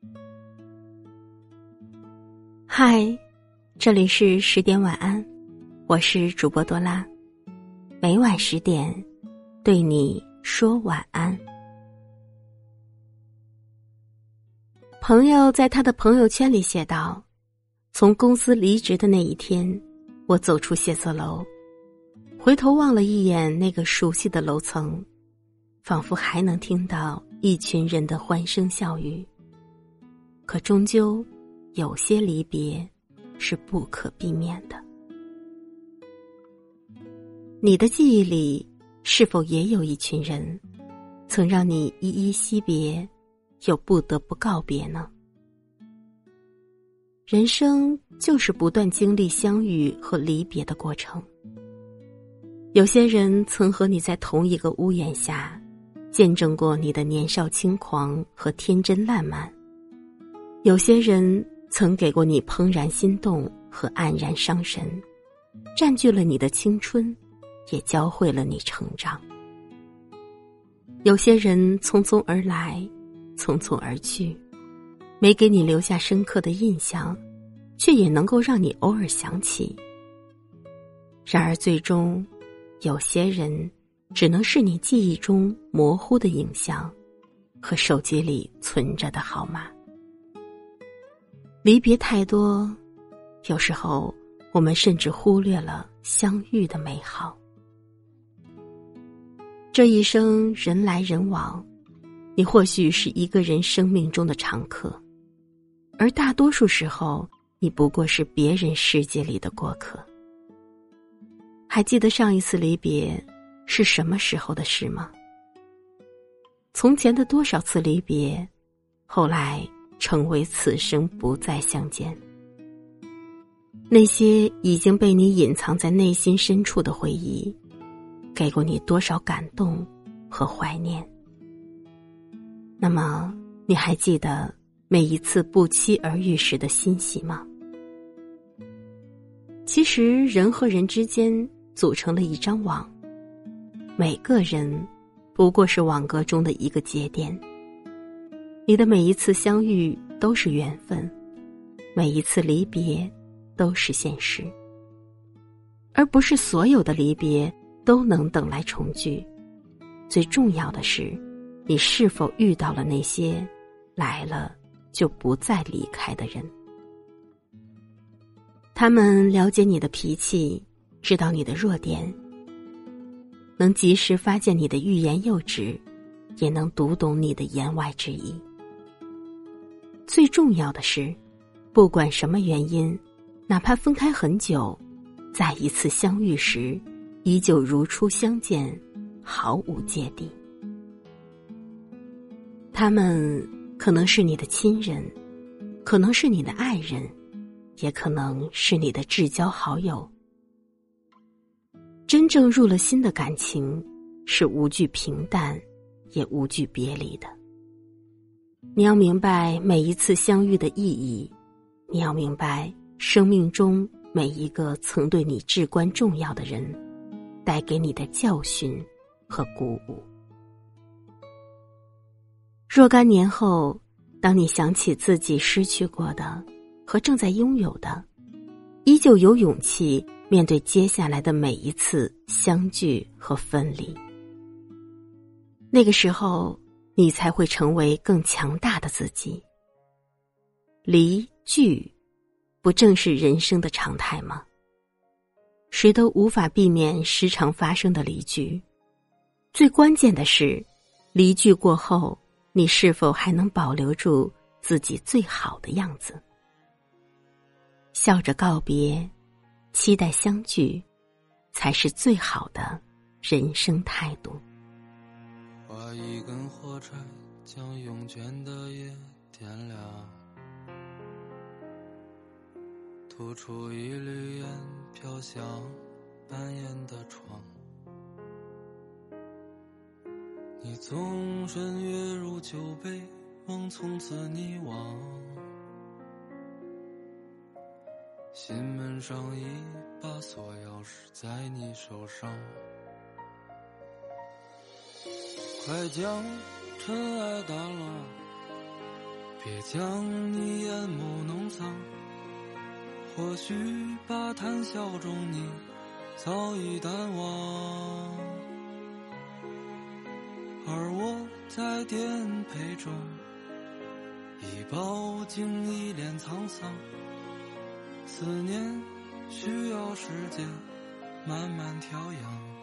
嗨，这里是10点晚安，我是主播多拉，每晚10点对你说晚安。朋友在他的朋友圈里写道，从公司离职的那一天，我走出写字楼，回头望了一眼那个熟悉的楼层，仿佛还能听到一群人的欢声笑语。可终究有些离别是不可避免的。你的记忆里是否也有一群人，曾让你依依惜别，又不得不告别呢？人生就是不断经历相遇和离别的过程。有些人曾和你在同一个屋檐下，见证过你的年少轻狂和天真烂漫。有些人曾给过你怦然心动和黯然伤神，占据了你的青春，也教会了你成长。有些人匆匆而来，匆匆而去，没给你留下深刻的印象，却也能够让你偶尔想起。然而最终，有些人只能是你记忆中模糊的影像和手机里存着的号码。离别太多，有时候我们甚至忽略了相遇的美好。这一生人来人往，你或许是一个人生命中的常客，而大多数时候，你不过是别人世界里的过客。还记得上一次离别是什么时候的事吗？从前的多少次离别，后来成为此生不再相见。那些已经被你隐藏在内心深处的回忆，给过你多少感动和怀念。那么，你还记得每一次不期而遇时的欣喜吗？其实人和人之间组成了一张网，每个人不过是网格中的一个节点。你的每一次相遇都是缘分，每一次离别都是现实，而不是所有的离别都能等来重聚。最重要的是，你是否遇到了那些来了就不再离开的人。他们了解你的脾气，知道你的弱点，能及时发现你的欲言又止，也能读懂你的言外之意。最重要的是，不管什么原因，哪怕分开很久，在一次相遇时，依旧如初相见，毫无芥蒂。他们可能是你的亲人，可能是你的爱人，也可能是你的至交好友。真正入了心的感情，是无惧平淡，也无惧别离的。你要明白每一次相遇的意义，你要明白生命中每一个曾对你至关重要的人带给你的教训和鼓舞。若干年后，当你想起自己失去过的和正在拥有的，依旧有勇气面对接下来的每一次相聚和分离。那个时候，你才会成为更强大的自己。离聚，不正是人生的常态吗？谁都无法避免时常发生的离聚。最关键的是，离聚过后，你是否还能保留住自己最好的样子？笑着告别，期待相聚，才是最好的人生态度。 画一根火柴，将慵倦的夜点亮，吐出一缕烟，飘向半掩的窗。你纵身跃入酒杯，梦从此溺亡。心门上一把锁钥匙在你手上，快将尘埃掸落， 别将你眼眸弄脏，或许把谈笑中你早已淡忘，而我在颠沛中已饱经一脸沧桑。思念需要时间慢慢调养。